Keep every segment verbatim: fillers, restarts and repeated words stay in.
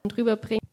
rüberbringen.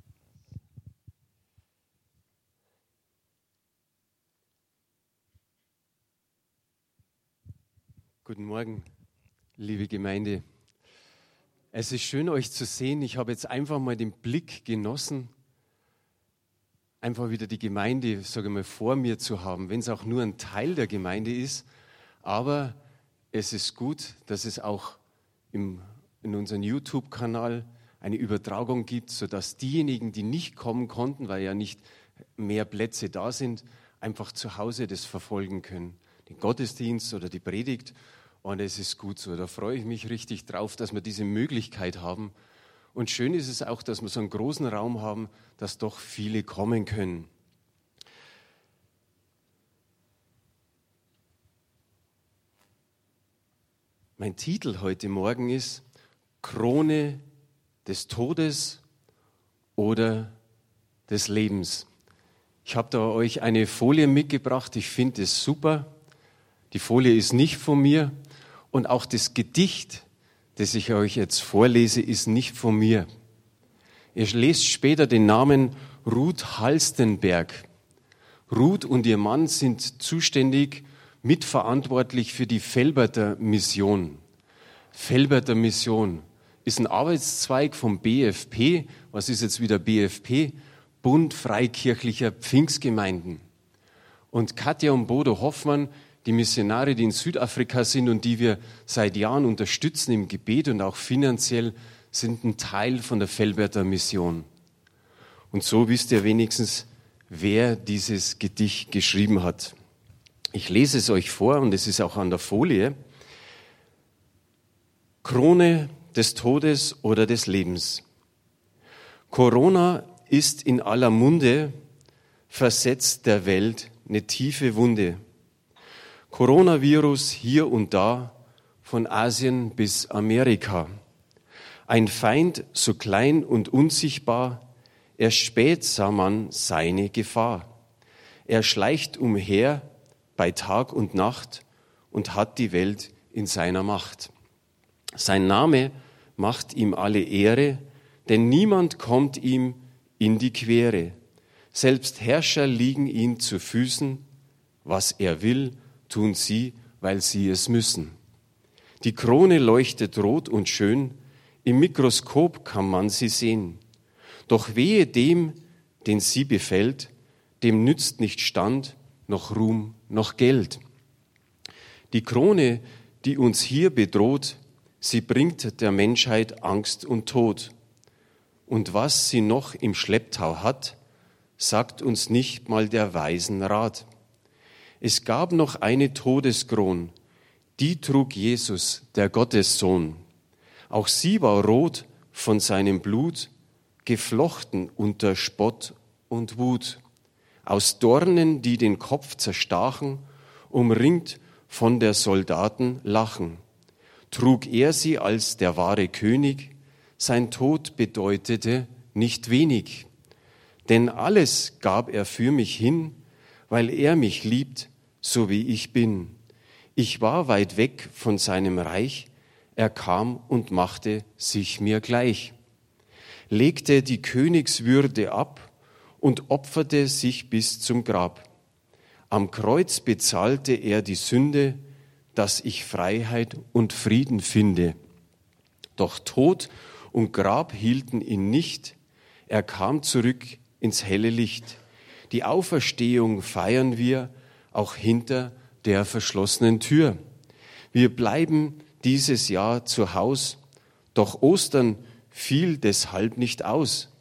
Guten Morgen, liebe Gemeinde. Es ist schön, euch zu sehen. Ich habe jetzt einfach mal den Blick genossen, einfach wieder die Gemeinde, sage ich mal, vor mir zu haben, wenn es auch nur ein Teil der Gemeinde ist. Aber es ist gut, dass es auch im, in unserem YouTube-Kanal eine Übertragung gibt, sodass diejenigen, die nicht kommen konnten, weil ja nicht mehr Plätze da sind, einfach zu Hause das verfolgen können. Den Gottesdienst oder die Predigt. Und es ist gut so. Da freue ich mich richtig drauf, dass wir diese Möglichkeit haben. Und schön ist es auch, dass wir so einen großen Raum haben, dass doch viele kommen können. Mein Titel heute Morgen ist Krone des Todes oder des Lebens. Ich habe da euch eine Folie mitgebracht. Ich finde es super. Die Folie ist nicht von mir. Und auch das Gedicht, das ich euch jetzt vorlese, ist nicht von mir. Ihr lest später den Namen Ruth Halstenberg. Ruth und ihr Mann sind zuständig, mitverantwortlich für die Velberter Mission. Velberter Mission ist ein Arbeitszweig vom B F P. Was ist jetzt wieder B F P? Bund Freikirchlicher Pfingstgemeinden. Und Katja und Bodo Hoffmann, die Missionare, die in Südafrika sind und die wir seit Jahren unterstützen im Gebet und auch finanziell, sind ein Teil von der Velberter Mission. Und so wisst ihr wenigstens, wer dieses Gedicht geschrieben hat. Ich lese es euch vor und es ist auch an der Folie. Krone des Todes oder des Lebens. Corona ist in aller Munde, versetzt der Welt eine tiefe Wunde. Coronavirus hier und da, von Asien bis Amerika. Ein Feind so klein und unsichtbar, erst spät sah man seine Gefahr. Er schleicht umher bei Tag und Nacht und hat die Welt in seiner Macht. Sein Name macht ihm alle Ehre, denn niemand kommt ihm in die Quere. Selbst Herrscher liegen ihm zu Füßen, was er will, tun sie, weil sie es müssen. Die Krone leuchtet rot und schön, im Mikroskop kann man sie sehen. Doch wehe dem, den sie befällt, dem nützt nicht Stand, noch Ruhm, noch Geld. Die Krone, die uns hier bedroht, sie bringt der Menschheit Angst und Tod. Und was sie noch im Schlepptau hat, sagt uns nicht mal der weisen Rat. Es gab noch eine Todeskron, die trug Jesus, der Gottessohn. Auch sie war rot von seinem Blut, geflochten unter Spott und Wut. Aus Dornen, die den Kopf zerstachen, umringt von der Soldaten Lachen. Trug er sie als der wahre König, sein Tod bedeutete nicht wenig. Denn alles gab er für mich hin, weil er mich liebt, so wie ich bin. Ich war weit weg von seinem Reich, er kam und machte sich mir gleich, legte die Königswürde ab und opferte sich bis zum Grab. Am Kreuz bezahlte er die Sünde, dass ich Freiheit und Frieden finde. Doch Tod und Grab hielten ihn nicht, er kam zurück ins helle Licht. Die Auferstehung feiern wir, auch hinter der verschlossenen Tür. Wir bleiben dieses Jahr zu Haus, doch Ostern fiel deshalb nicht aus.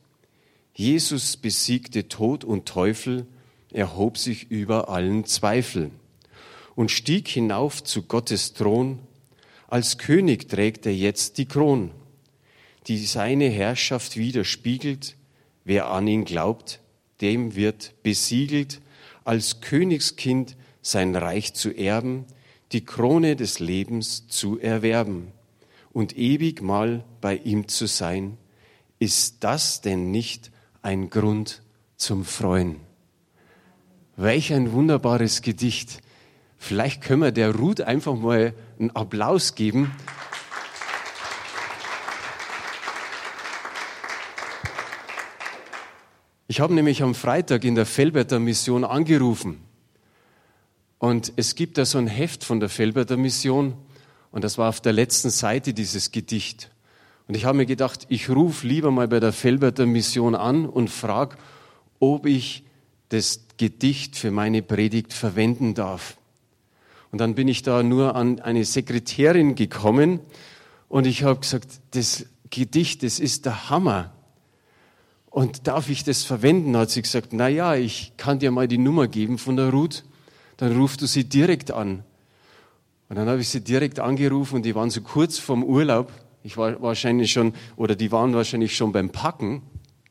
Jesus besiegte Tod und Teufel, erhob sich über allen Zweifel und stieg hinauf zu Gottes Thron. Als König trägt er jetzt die Kron, die seine Herrschaft widerspiegelt. Wer an ihn glaubt, dem wird besiegelt, als Königskind sein Reich zu erben, die Krone des Lebens zu erwerben und ewig mal bei ihm zu sein. Ist das denn nicht ein Grund zum Freuen? Welch ein wunderbares Gedicht. Vielleicht können wir der Ruth einfach mal einen Applaus geben. Ich habe nämlich am Freitag in der Velberter Mission angerufen. Und es gibt da so ein Heft von der Velberter Mission. Und das war auf der letzten Seite dieses Gedicht. Und ich habe mir gedacht, ich rufe lieber mal bei der Velberter Mission an und frage, ob ich das Gedicht für meine Predigt verwenden darf. Und dann bin ich da nur an eine Sekretärin gekommen und ich habe gesagt, das Gedicht, das ist der Hammer. Und darf ich das verwenden? Hat sie gesagt, na ja, ich kann dir mal die Nummer geben von der Ruth, dann rufst du sie direkt an. Und dann habe ich sie direkt angerufen und die waren so kurz vorm Urlaub. Ich war wahrscheinlich schon, oder die waren wahrscheinlich schon beim Packen.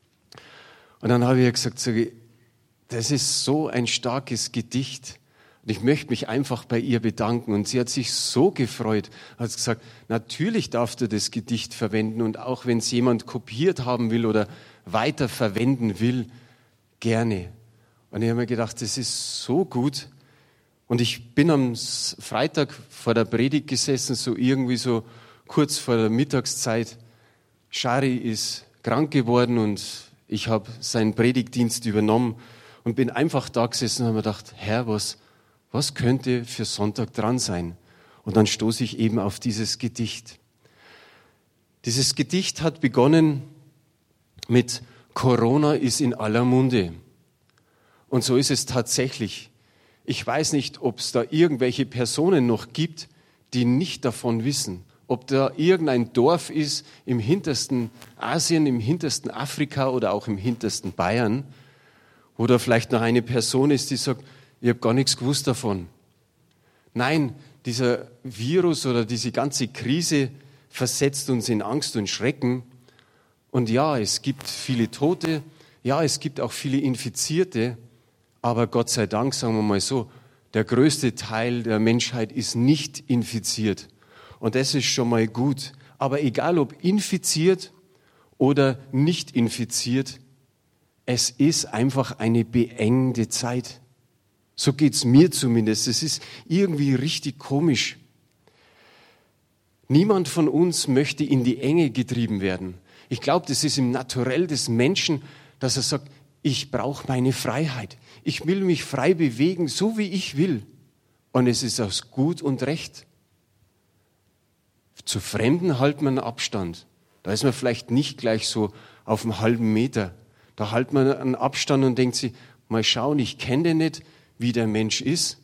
Und dann habe ich ihr gesagt, so, das ist so ein starkes Gedicht. Und ich möchte mich einfach bei ihr bedanken. Und sie hat sich so gefreut, hat gesagt, natürlich darfst du das Gedicht verwenden. Und auch wenn es jemand kopiert haben will oder weiter verwenden will, gerne. Und ich habe mir gedacht, das ist so gut. Und ich bin am Freitag vor der Predigt gesessen, so irgendwie so kurz vor der Mittagszeit. Shari ist krank geworden und ich habe seinen Predigtdienst übernommen und bin einfach da gesessen und habe mir gedacht, Herr, was, was könnte für Sonntag dran sein? Und dann stoße ich eben auf dieses Gedicht. Dieses Gedicht hat begonnen mit Corona ist in aller Munde. Und so ist es tatsächlich. Ich weiß nicht, ob es da irgendwelche Personen noch gibt, die nicht davon wissen. Ob da irgendein Dorf ist im hintersten Asien, im hintersten Afrika oder auch im hintersten Bayern, wo da vielleicht noch eine Person ist, die sagt, ich habe gar nichts gewusst davon. Nein, dieser Virus oder diese ganze Krise versetzt uns in Angst und Schrecken. Und ja, es gibt viele Tote, ja, es gibt auch viele Infizierte, aber Gott sei Dank, sagen wir mal so, der größte Teil der Menschheit ist nicht infiziert. Und das ist schon mal gut. Aber egal ob infiziert oder nicht infiziert, es ist einfach eine beengende Zeit. So geht's mir zumindest. Es ist irgendwie richtig komisch. Niemand von uns möchte in die Enge getrieben werden. Ich glaube, das ist im Naturell des Menschen, dass er sagt, ich brauche meine Freiheit. Ich will mich frei bewegen, so wie ich will. Und es ist auch gut und recht. Zu Fremden hält man Abstand. Da ist man vielleicht nicht gleich so auf einem halben Meter. Da hält man einen Abstand und denkt sich, mal schauen, ich kenne den nicht, wie der Mensch ist.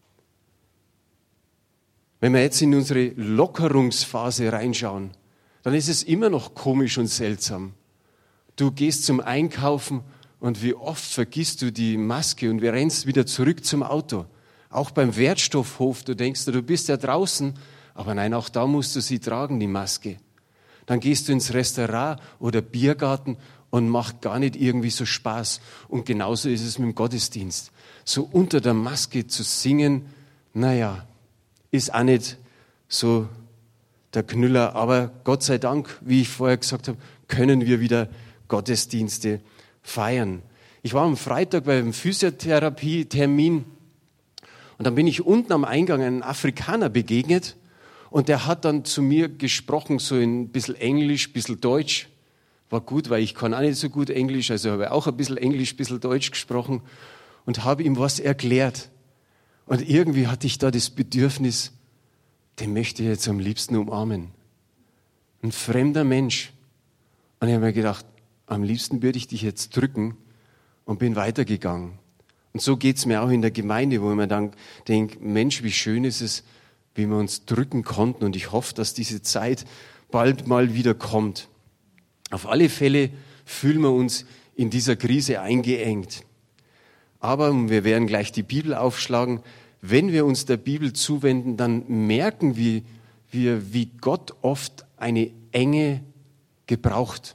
Wenn wir jetzt in unsere Lockerungsphase reinschauen, dann ist es immer noch komisch und seltsam. Du gehst zum Einkaufen und wie oft vergisst du die Maske und wir rennst wieder zurück zum Auto. Auch beim Wertstoffhof, du denkst, du bist ja draußen, aber nein, auch da musst du sie tragen, die Maske. Dann gehst du ins Restaurant oder Biergarten und macht gar nicht irgendwie so Spaß. Und genauso ist es mit dem Gottesdienst. So unter der Maske zu singen, naja, ist auch nicht so der Knüller. Aber Gott sei Dank, wie ich vorher gesagt habe, können wir wieder Gottesdienste feiern. Ich war am Freitag beim Physiotherapie-Termin und dann bin ich unten am Eingang einem Afrikaner begegnet und der hat dann zu mir gesprochen, so in ein bisschen Englisch, ein bisschen Deutsch. War gut, weil ich kann auch nicht so gut Englisch, also habe ich auch ein bisschen Englisch, ein bisschen Deutsch gesprochen und habe ihm was erklärt. Und irgendwie hatte ich da das Bedürfnis, den möchte ich jetzt am liebsten umarmen. Ein fremder Mensch. Und ich habe mir gedacht, am liebsten würde ich dich jetzt drücken und bin weitergegangen. Und so geht es mir auch in der Gemeinde, wo ich mir dann denke, Mensch, wie schön ist es, wie wir uns drücken konnten. Und ich hoffe, dass diese Zeit bald mal wieder kommt. Auf alle Fälle fühlen wir uns in dieser Krise eingeengt. Aber wir werden gleich die Bibel aufschlagen. Wenn wir uns der Bibel zuwenden, dann merken wir, wir wie Gott oft eine Enge gebraucht.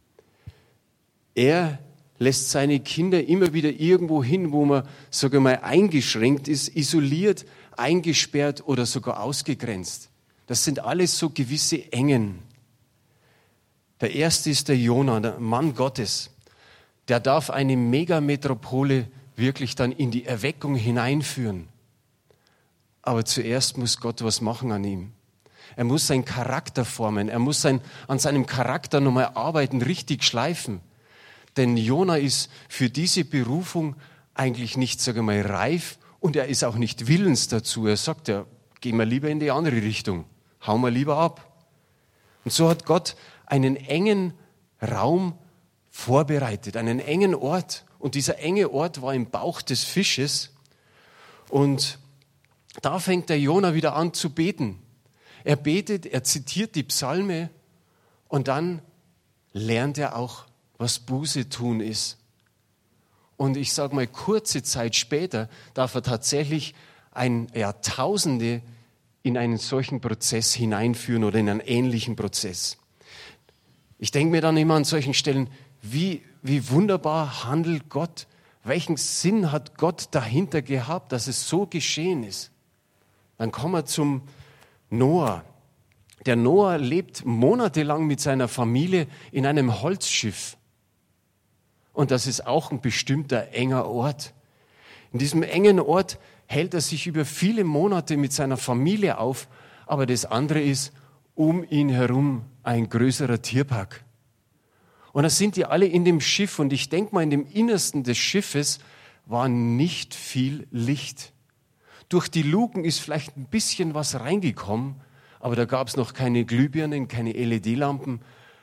Er lässt seine Kinder immer wieder irgendwo hin, wo man, sage ich mal, eingeschränkt ist, isoliert, eingesperrt oder sogar ausgegrenzt. Das sind alles so gewisse Engen. Der erste ist der Jona, der Mann Gottes. Der darf eine Megametropole wirklich dann in die Erweckung hineinführen. Aber zuerst muss Gott was machen an ihm. Er muss seinen Charakter formen. Er muss sein, an seinem Charakter nochmal arbeiten, richtig schleifen. Denn Jona ist für diese Berufung eigentlich nicht, sage ich mal, reif und er ist auch nicht willens dazu. Er sagt ja, gehen wir lieber in die andere Richtung, hauen wir lieber ab. Und so hat Gott einen engen Raum vorbereitet, einen engen Ort. Und dieser enge Ort war im Bauch des Fisches. Und da fängt der Jona wieder an zu beten. Er betet, er zitiert die Psalme und dann lernt er auch, was Buße tun ist. Und ich sage mal, kurze Zeit später darf er tatsächlich ein Jahrtausende in einen solchen Prozess hineinführen oder in einen ähnlichen Prozess. Ich denke mir dann immer an solchen Stellen, wie, wie wunderbar handelt Gott. Welchen Sinn hat Gott dahinter gehabt, dass es so geschehen ist? Dann kommen wir zum Noah. Der Noah lebt monatelang mit seiner Familie in einem Holzschiff. Und das ist auch ein bestimmter enger Ort. In diesem engen Ort hält er sich über viele Monate mit seiner Familie auf, aber das andere ist um ihn herum ein größerer Tierpark. Und da sind die alle in dem Schiff und ich denke mal, in dem Innersten des Schiffes war nicht viel Licht. Durch die Luken ist vielleicht ein bisschen was reingekommen, aber da gab es noch keine Glühbirnen, keine L E D-Lampen.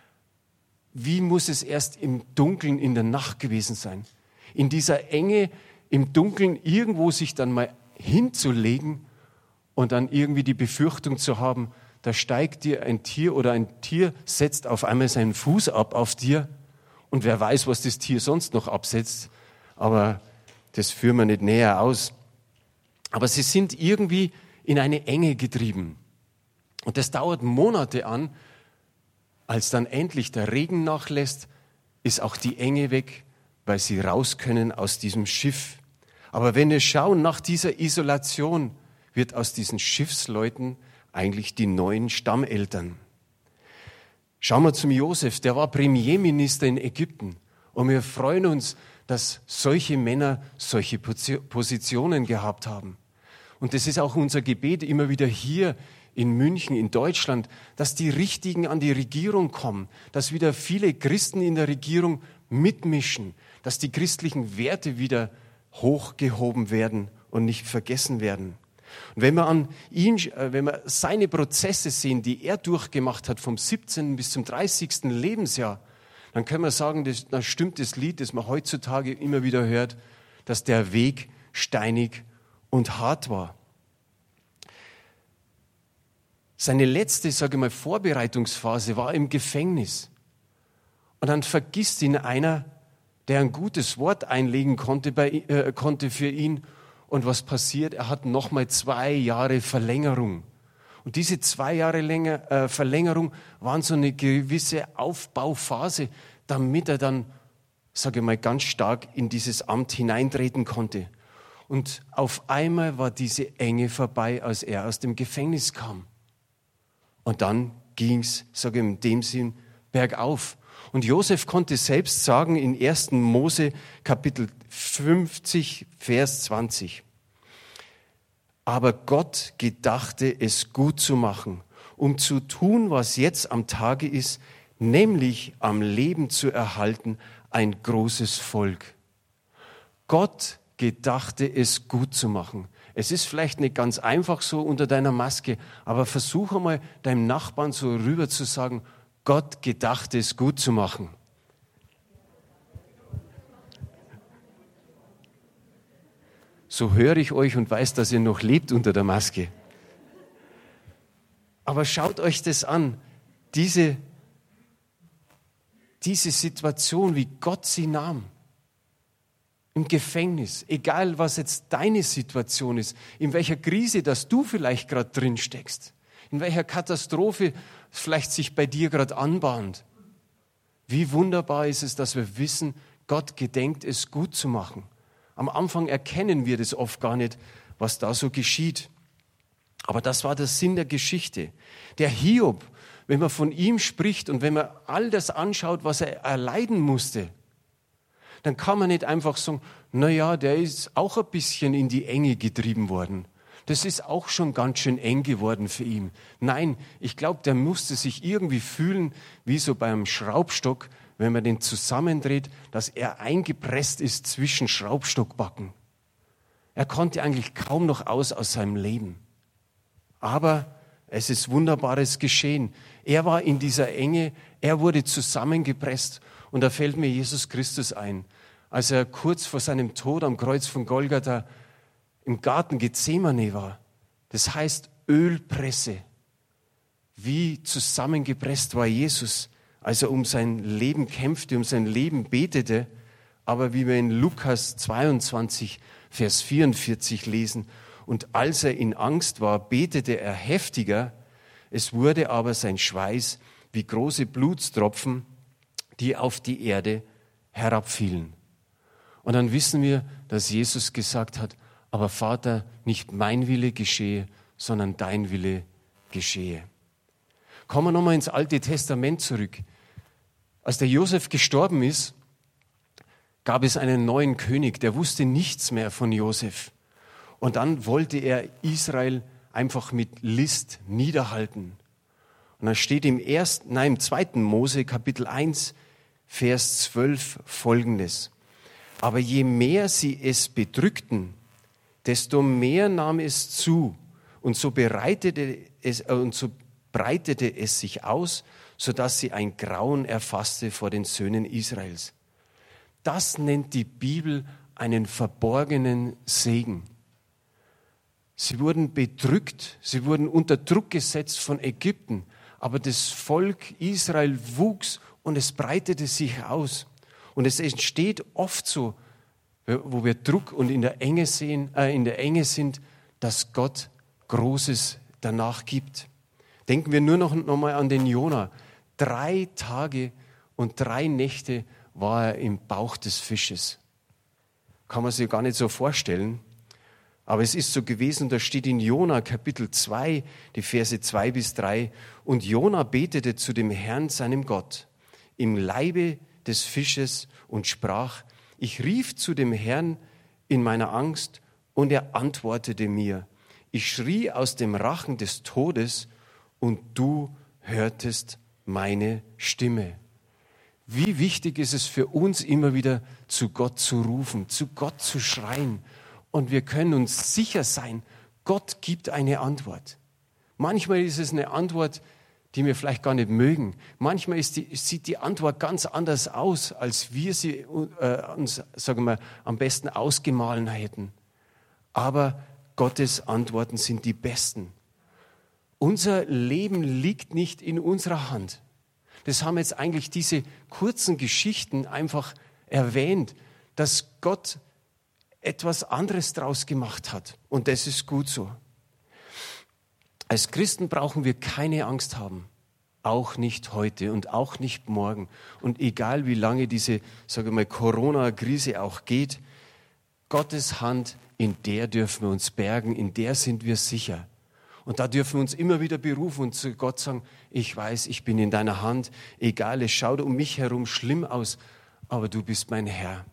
Wie muss es erst im Dunkeln in der Nacht gewesen sein? In dieser Enge, im Dunkeln irgendwo sich dann mal hinzulegen und dann irgendwie die Befürchtung zu haben, da steigt dir ein Tier oder ein Tier setzt auf einmal seinen Fuß ab auf dir und wer weiß, was das Tier sonst noch absetzt, aber das führen wir nicht näher aus. Aber sie sind irgendwie in eine Enge getrieben und das dauert Monate an. Als dann endlich der Regen nachlässt, ist auch die Enge weg, weil sie raus können aus diesem Schiff. Aber wenn wir schauen, nach dieser Isolation wird aus diesen Schiffsleuten eigentlich die neuen Stammeltern. Schauen wir zum Josef, der war Premierminister in Ägypten. Und wir freuen uns, dass solche Männer solche Positionen gehabt haben. Und das ist auch unser Gebet immer wieder hier in München, in Deutschland, dass die Richtigen an die Regierung kommen, dass wieder viele Christen in der Regierung mitmischen, dass die christlichen Werte wieder hochgehoben werden und nicht vergessen werden. Und wenn wir an ihn, wenn wir seine Prozesse sehen, die er durchgemacht hat, vom siebzehnten bis zum dreißigsten Lebensjahr, dann können wir sagen, das, dann stimmt das Lied, das man heutzutage immer wieder hört, dass der Weg steinig und hart war. Seine letzte, sage ich mal, Vorbereitungsphase war im Gefängnis. Und dann vergisst ihn einer, der ein gutes Wort einlegen konnte, bei, äh, konnte für ihn. Und was passiert? Er hat nochmal zwei Jahre Verlängerung. Und diese zwei Jahre länger, äh, Verlängerung waren so eine gewisse Aufbauphase, damit er dann, sage ich mal, ganz stark in dieses Amt hineintreten konnte. Und auf einmal war diese Enge vorbei, als er aus dem Gefängnis kam. Und dann ging es, sage ich in dem Sinn, bergauf. Und Josef konnte selbst sagen in ersten Mose Kapitel fünfzig, Vers zwanzig. Aber Gott gedachte, es gut zu machen, um zu tun, was jetzt am Tage ist, nämlich am Leben zu erhalten, ein großes Volk. Gott gedachte, es gut zu machen. Es ist vielleicht nicht ganz einfach so unter deiner Maske, aber versuche mal, deinem Nachbarn so rüber zu sagen, Gott gedachte, es gut zu machen. So höre ich euch und weiß, dass ihr noch lebt unter der Maske. Aber schaut euch das an, diese, diese Situation, wie Gott sie nahm. Im Gefängnis, egal was jetzt deine Situation ist, in welcher Krise, dass du vielleicht gerade drin steckst, in welcher Katastrophe vielleicht sich bei dir gerade anbahnt. Wie wunderbar ist es, dass wir wissen, Gott gedenkt es gut zu machen. Am Anfang erkennen wir das oft gar nicht, was da so geschieht. Aber das war der Sinn der Geschichte. Der Hiob, wenn man von ihm spricht und wenn man all das anschaut, was er erleiden musste, dann kann man nicht einfach sagen, na ja, der ist auch ein bisschen in die Enge getrieben worden. Das ist auch schon ganz schön eng geworden für ihn. Nein, ich glaube, der musste sich irgendwie fühlen, wie so beim Schraubstock, wenn man den zusammendreht, dass er eingepresst ist zwischen Schraubstockbacken. Er konnte eigentlich kaum noch aus aus seinem Leben. Aber es ist Wunderbares geschehen. Er war in dieser Enge, er wurde zusammengepresst. Und da fällt mir Jesus Christus ein, als er kurz vor seinem Tod am Kreuz von Golgatha im Garten Gethsemane war. Das heißt Ölpresse. Wie zusammengepresst war Jesus, als er um sein Leben kämpfte, um sein Leben betete. Aber wie wir in Lukas zweiundzwanzig, Vers vierundvierzig lesen, und als er in Angst war, betete er heftiger. Es wurde aber sein Schweiß wie große Blutstropfen, die auf die Erde herabfielen. Und dann wissen wir, dass Jesus gesagt hat, aber Vater, nicht mein Wille geschehe, sondern dein Wille geschehe. Kommen wir nochmal ins Alte Testament zurück. Als der Josef gestorben ist, gab es einen neuen König, der wusste nichts mehr von Josef. Und dann wollte er Israel einfach mit List niederhalten. Und dann steht im ersten, nein, im zweiten Mose, Kapitel eins, Vers zwölf folgendes. Aber je mehr sie es bedrückten, desto mehr nahm es zu und so bereitete es, äh, und so breitete es sich aus, sodass sie ein Grauen erfasste vor den Söhnen Israels. Das nennt die Bibel einen verborgenen Segen. Sie wurden bedrückt, sie wurden unter Druck gesetzt von Ägypten, aber das Volk Israel wuchs und es breitete sich aus. Und es entsteht oft so, wo wir Druck und in der Enge sehen, äh, in der Enge sind, dass Gott Großes danach gibt. Denken wir nur noch, noch mal an den Jona. Drei Tage und drei Nächte war er im Bauch des Fisches. Kann man sich gar nicht so vorstellen. Aber es ist so gewesen, da steht in Jona Kapitel zwei, die Verse zwei bis drei. Und Jona betete zu dem Herrn, seinem Gott, im Leibe des Fisches und sprach, ich rief zu dem Herrn in meiner Angst und er antwortete mir. Ich schrie aus dem Rachen des Todes und du hörtest meine Stimme. Wie wichtig ist es für uns immer wieder zu Gott zu rufen, zu Gott zu schreien. Und wir können uns sicher sein, Gott gibt eine Antwort. Manchmal ist es eine Antwort, die wir vielleicht gar nicht mögen. Manchmal ist die, sieht die Antwort ganz anders aus, als wir sie äh, uns, sagen wir, am besten ausgemahlen hätten. Aber Gottes Antworten sind die besten. Unser Leben liegt nicht in unserer Hand. Das haben jetzt eigentlich diese kurzen Geschichten einfach erwähnt, dass Gott etwas anderes draus gemacht hat. Und das ist gut so. Als Christen brauchen wir keine Angst haben. Auch nicht heute und auch nicht morgen. Und egal wie lange diese, sage ich mal, Corona-Krise auch geht, Gottes Hand, in der dürfen wir uns bergen, in der sind wir sicher. Und da dürfen wir uns immer wieder berufen und zu Gott sagen, ich weiß, ich bin in deiner Hand, egal, es schaut um mich herum schlimm aus, aber du bist mein Herr.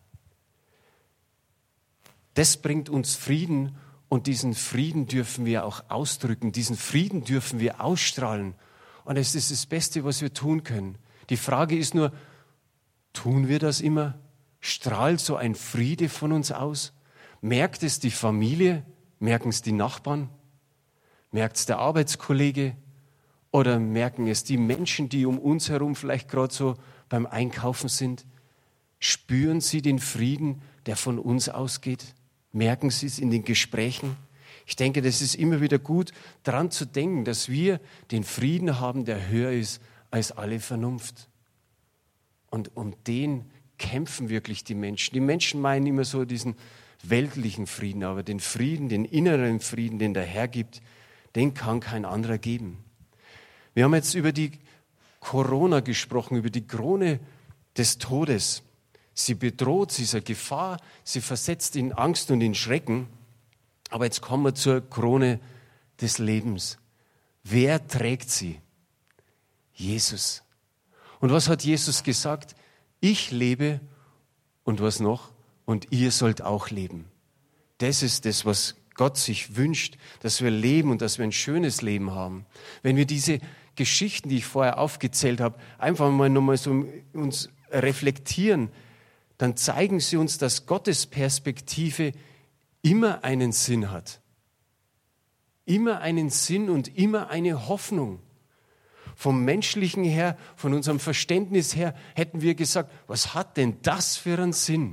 Das bringt uns Frieden und diesen Frieden dürfen wir auch ausdrücken, diesen Frieden dürfen wir ausstrahlen. Und es ist das Beste, was wir tun können. Die Frage ist nur, tun wir das immer? Strahlt so ein Friede von uns aus? Merkt es die Familie? Merken es die Nachbarn? Merkt es der Arbeitskollege? Oder merken es die Menschen, die um uns herum vielleicht gerade so beim Einkaufen sind? Spüren sie den Frieden, der von uns ausgeht? Merken sie es in den Gesprächen? Ich denke, das ist immer wieder gut, daran zu denken, dass wir den Frieden haben, der höher ist als alle Vernunft. Und um den kämpfen wirklich die Menschen. Die Menschen meinen immer so diesen weltlichen Frieden, aber den Frieden, den inneren Frieden, den der Herr gibt, den kann kein anderer geben. Wir haben jetzt über die Corona gesprochen, über die Krone des Todes. Sie bedroht, sie ist eine Gefahr, sie versetzt in Angst und in Schrecken. Aber jetzt kommen wir zur Krone des Lebens. Wer trägt sie? Jesus. Und was hat Jesus gesagt? Ich lebe und was noch? Und ihr sollt auch leben. Das ist das, was Gott sich wünscht, dass wir leben und dass wir ein schönes Leben haben. Wenn wir diese Geschichten, die ich vorher aufgezählt habe, einfach mal nochmal so uns reflektieren, dann zeigen sie uns, dass Gottes Perspektive immer einen Sinn hat. Immer einen Sinn und immer eine Hoffnung. Vom Menschlichen her, von unserem Verständnis her, hätten wir gesagt, was hat denn das für einen Sinn?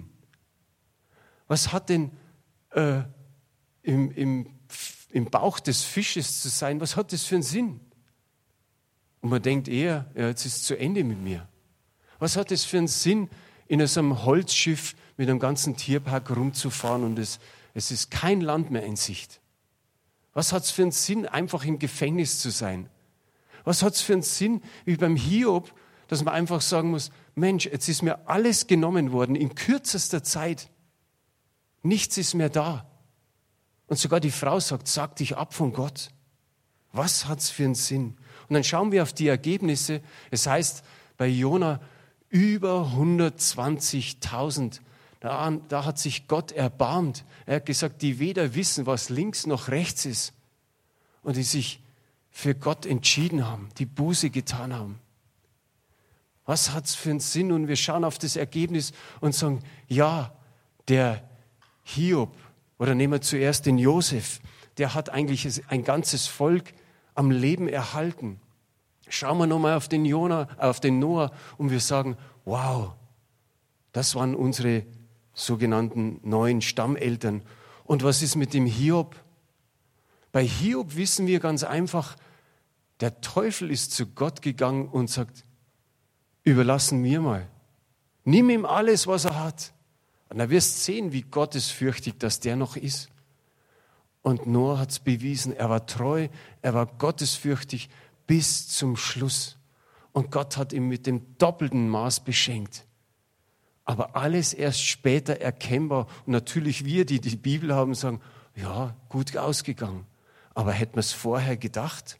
Was hat denn äh, im, im, im Bauch des Fisches zu sein, was hat das für einen Sinn? Und man denkt eher, ja, jetzt ist es zu Ende mit mir. Was hat es für einen Sinn, in so einem Holzschiff mit einem ganzen Tierpark rumzufahren und es, es ist kein Land mehr in Sicht? Was hat es für einen Sinn, einfach im Gefängnis zu sein? Was hat es für einen Sinn, wie beim Hiob, dass man einfach sagen muss, Mensch, jetzt ist mir alles genommen worden in kürzester Zeit. Nichts ist mehr da. Und sogar die Frau sagt, sag dich ab von Gott. Was hat es für einen Sinn? Und dann schauen wir auf die Ergebnisse. Es heißt bei Jona über hundertzwanzigtausend. Da, da hat sich Gott erbarmt. Er hat gesagt, die weder wissen, was links noch rechts ist. Und die sich für Gott entschieden haben, die Buße getan haben. Was hat es für einen Sinn? Und wir schauen auf das Ergebnis und sagen, ja, der Hiob, oder nehmen wir zuerst den Josef, der hat eigentlich ein ganzes Volk am Leben erhalten. Schauen wir nochmal auf den Jona, auf den Noah und wir sagen, wow, das waren unsere sogenannten neuen Stammeltern. Und was ist mit dem Hiob? Bei Hiob wissen wir ganz einfach, der Teufel ist zu Gott gegangen und sagt, überlassen mir mal. Nimm ihm alles, was er hat. Und dann wirst du sehen, wie gottesfürchtig das der noch ist. Und Noah hat es bewiesen, er war treu, er war gottesfürchtig bis zum Schluss. Und Gott hat ihn mit dem doppelten Maß beschenkt. Aber alles erst später erkennbar. Und natürlich wir, die die Bibel haben, sagen, ja, gut ausgegangen. Aber hätten wir es vorher gedacht?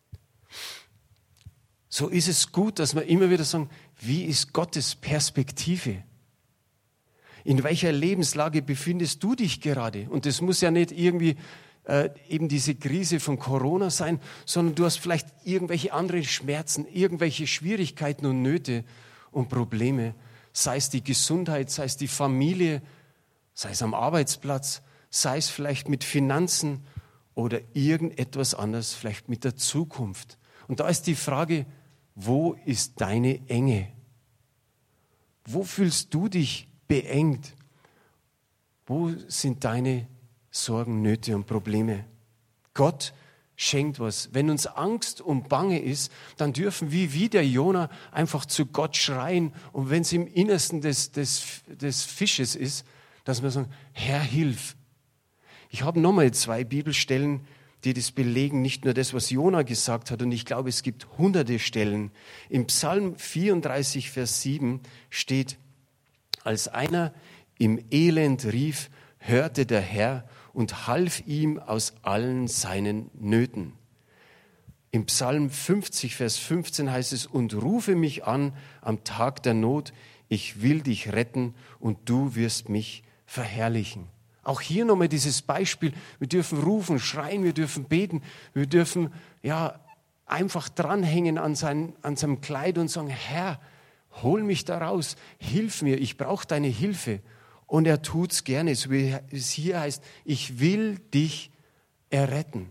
So ist es gut, dass wir immer wieder sagen, wie ist Gottes Perspektive? In welcher Lebenslage befindest du dich gerade? Und das muss ja nicht irgendwie äh, eben diese Krise von Corona sein, sondern du hast vielleicht irgendwelche anderen Schmerzen, irgendwelche Schwierigkeiten und Nöte und Probleme. Sei es die Gesundheit, sei es die Familie, sei es am Arbeitsplatz, sei es vielleicht mit Finanzen oder irgendetwas anderes, vielleicht mit der Zukunft. Und da ist die Frage, wo ist deine Enge? Wo fühlst du dich beengt? Wo sind deine Sorgen, Nöte und Probleme? Gott schenkt was. Wenn uns Angst und Bange ist, dann dürfen wir wie der Jona einfach zu Gott schreien. Und wenn es im Innersten des, des, des Fisches ist, dass wir sagen, Herr, hilf. Ich habe nochmal zwei Bibelstellen, die das belegen, nicht nur das, was Jona gesagt hat. Und ich glaube, es gibt hunderte Stellen. Im Psalm vierunddreißig, Vers sieben steht, als einer im Elend rief, hörte der Herr und half ihm aus allen seinen Nöten. Im Psalm fünfzig, Vers fünfzehn heißt es, und rufe mich an am Tag der Not, ich will dich retten und du wirst mich verherrlichen. Auch hier nochmal dieses Beispiel, wir dürfen rufen, schreien, wir dürfen beten, wir dürfen ja einfach dranhängen an, sein, an seinem Kleid und sagen, Herr, hol mich da raus, hilf mir, ich brauche deine Hilfe. Und er tut's gerne, so wie es hier heißt, ich will dich erretten.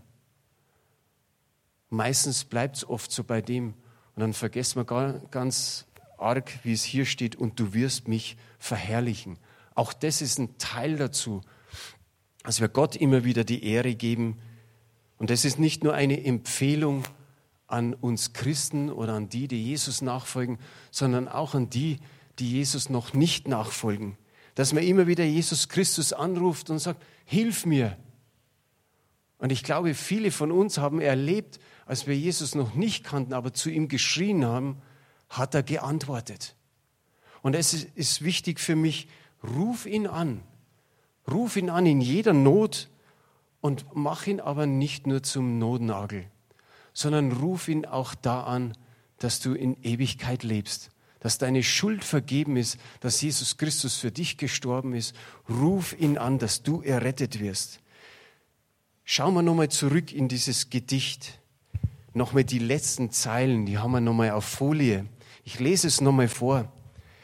Meistens bleibt es oft so bei dem und dann vergessen wir ganz arg, wie es hier steht, und du wirst mich verherrlichen. Auch das ist ein Teil dazu, dass wir Gott immer wieder die Ehre geben. Und das ist nicht nur eine Empfehlung an uns Christen oder an die, die Jesus nachfolgen, sondern auch an die, die Jesus noch nicht nachfolgen. Dass man immer wieder Jesus Christus anruft und sagt, hilf mir. Und ich glaube, viele von uns haben erlebt, als wir Jesus noch nicht kannten, aber zu ihm geschrien haben, hat er geantwortet. Und es ist wichtig für mich, ruf ihn an. Ruf ihn an in jeder Not und mach ihn aber nicht nur zum Notnagel, sondern ruf ihn auch da an, dass du in Ewigkeit lebst, dass deine Schuld vergeben ist, dass Jesus Christus für dich gestorben ist. Ruf ihn an, dass du errettet wirst. Schauen wir nochmal zurück in dieses Gedicht. Nochmal die letzten Zeilen, die haben wir nochmal auf Folie. Ich lese es nochmal vor.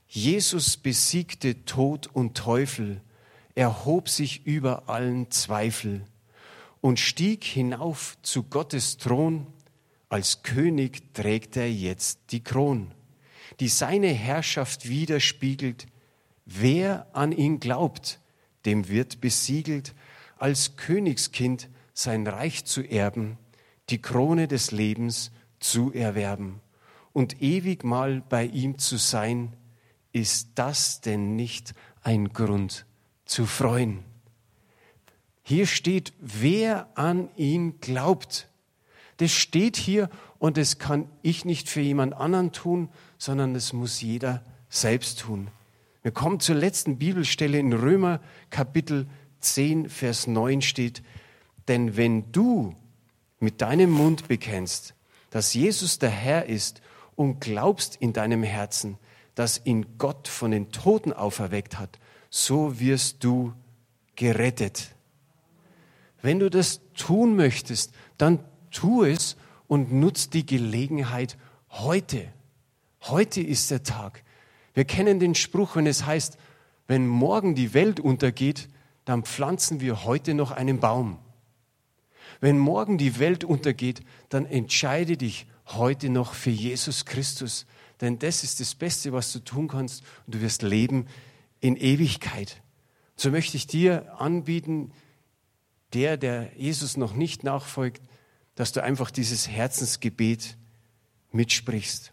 Jesus besiegte Tod und Teufel, erhob sich über allen Zweifel und stieg hinauf zu Gottes Thron. Als König trägt er jetzt die Kron, die seine Herrschaft widerspiegelt. Wer an ihn glaubt, dem wird besiegelt, als Königskind sein Reich zu erben, die Krone des Lebens zu erwerben und ewig mal bei ihm zu sein. Ist das denn nicht ein Grund zu freuen? Hier steht, wer an ihn glaubt. Das steht hier und das kann ich nicht für jemand anderen tun, sondern das muss jeder selbst tun. Wir kommen zur letzten Bibelstelle in Römer Kapitel zehn, Vers neun steht, denn wenn du mit deinem Mund bekennst, dass Jesus der Herr ist und glaubst in deinem Herzen, dass ihn Gott von den Toten auferweckt hat, so wirst du gerettet. Wenn du das tun möchtest, dann tu es und nutz die Gelegenheit heute. Heute ist der Tag. Wir kennen den Spruch, wenn es heißt, wenn morgen die Welt untergeht, dann pflanzen wir heute noch einen Baum. Wenn morgen die Welt untergeht, dann entscheide dich heute noch für Jesus Christus. Denn das ist das Beste, was du tun kannst und du wirst leben in Ewigkeit. So möchte ich dir anbieten, der, der Jesus noch nicht nachfolgt, dass du einfach dieses Herzensgebet mitsprichst.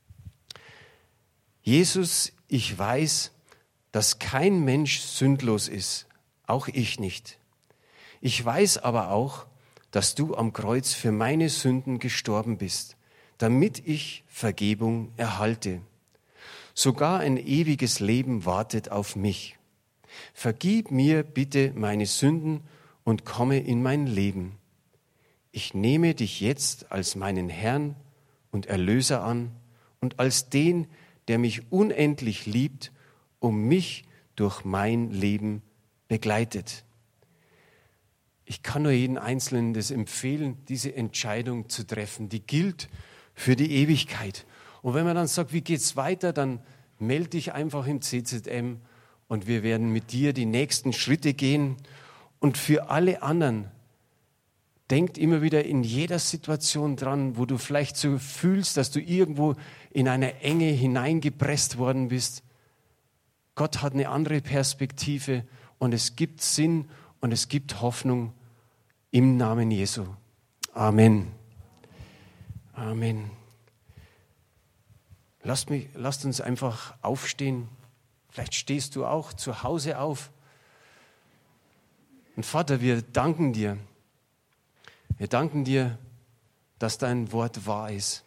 Jesus, ich weiß, dass kein Mensch sündlos ist, auch ich nicht. Ich weiß aber auch, dass du am Kreuz für meine Sünden gestorben bist, damit ich Vergebung erhalte. Sogar ein ewiges Leben wartet auf mich. Vergib mir bitte meine Sünden und komme in mein Leben. Ich nehme dich jetzt als meinen Herrn und Erlöser an und als den, der mich unendlich liebt und mich durch mein Leben begleitet. Ich kann nur jedem Einzelnen das empfehlen, diese Entscheidung zu treffen. Die gilt für die Ewigkeit. Und wenn man dann sagt, wie geht's weiter, dann melde dich einfach im C Z M und wir werden mit dir die nächsten Schritte gehen. Und für alle anderen, denkt immer wieder in jeder Situation dran, wo du vielleicht so fühlst, dass du irgendwo in eine Enge hineingepresst worden bist. Gott hat eine andere Perspektive und es gibt Sinn und es gibt Hoffnung im Namen Jesu. Amen. Amen. Lasst, mich, lasst uns einfach aufstehen. Vielleicht stehst du auch zu Hause auf. Und Vater, wir danken dir. Wir danken dir, dass dein Wort wahr ist.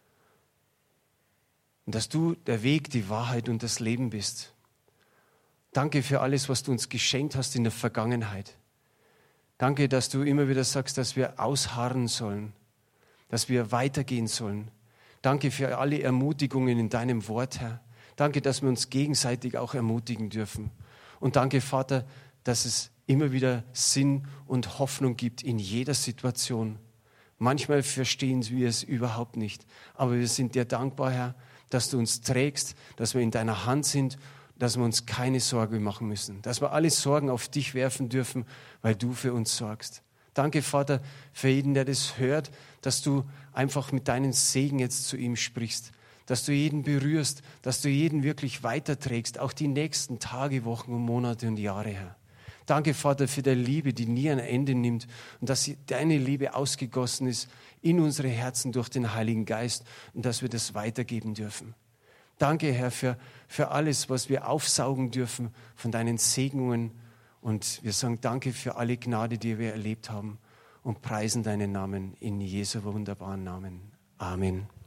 Und dass du der Weg, die Wahrheit und das Leben bist. Danke für alles, was du uns geschenkt hast in der Vergangenheit. Danke, dass du immer wieder sagst, dass wir ausharren sollen, dass wir weitergehen sollen. Danke für alle Ermutigungen in deinem Wort, Herr. Danke, dass wir uns gegenseitig auch ermutigen dürfen. Und danke, Vater, dass es immer wieder Sinn und Hoffnung gibt in jeder Situation. Manchmal verstehen wir es überhaupt nicht, aber wir sind dir dankbar, Herr, dass du uns trägst, dass wir in deiner Hand sind, dass wir uns keine Sorge machen müssen, dass wir alle Sorgen auf dich werfen dürfen, weil du für uns sorgst. Danke, Vater, für jeden, der das hört, dass du einfach mit deinem Segen jetzt zu ihm sprichst, dass du jeden berührst, dass du jeden wirklich weiterträgst, auch die nächsten Tage, Wochen und Monate und Jahre, Herr. Danke, Vater, für deine Liebe, die nie ein Ende nimmt und dass deine Liebe ausgegossen ist in unsere Herzen durch den Heiligen Geist und dass wir das weitergeben dürfen. Danke, Herr, für, für alles, was wir aufsaugen dürfen von deinen Segnungen. Und wir sagen Danke für alle Gnade, die wir erlebt haben und preisen deinen Namen in Jesu wunderbaren Namen. Amen.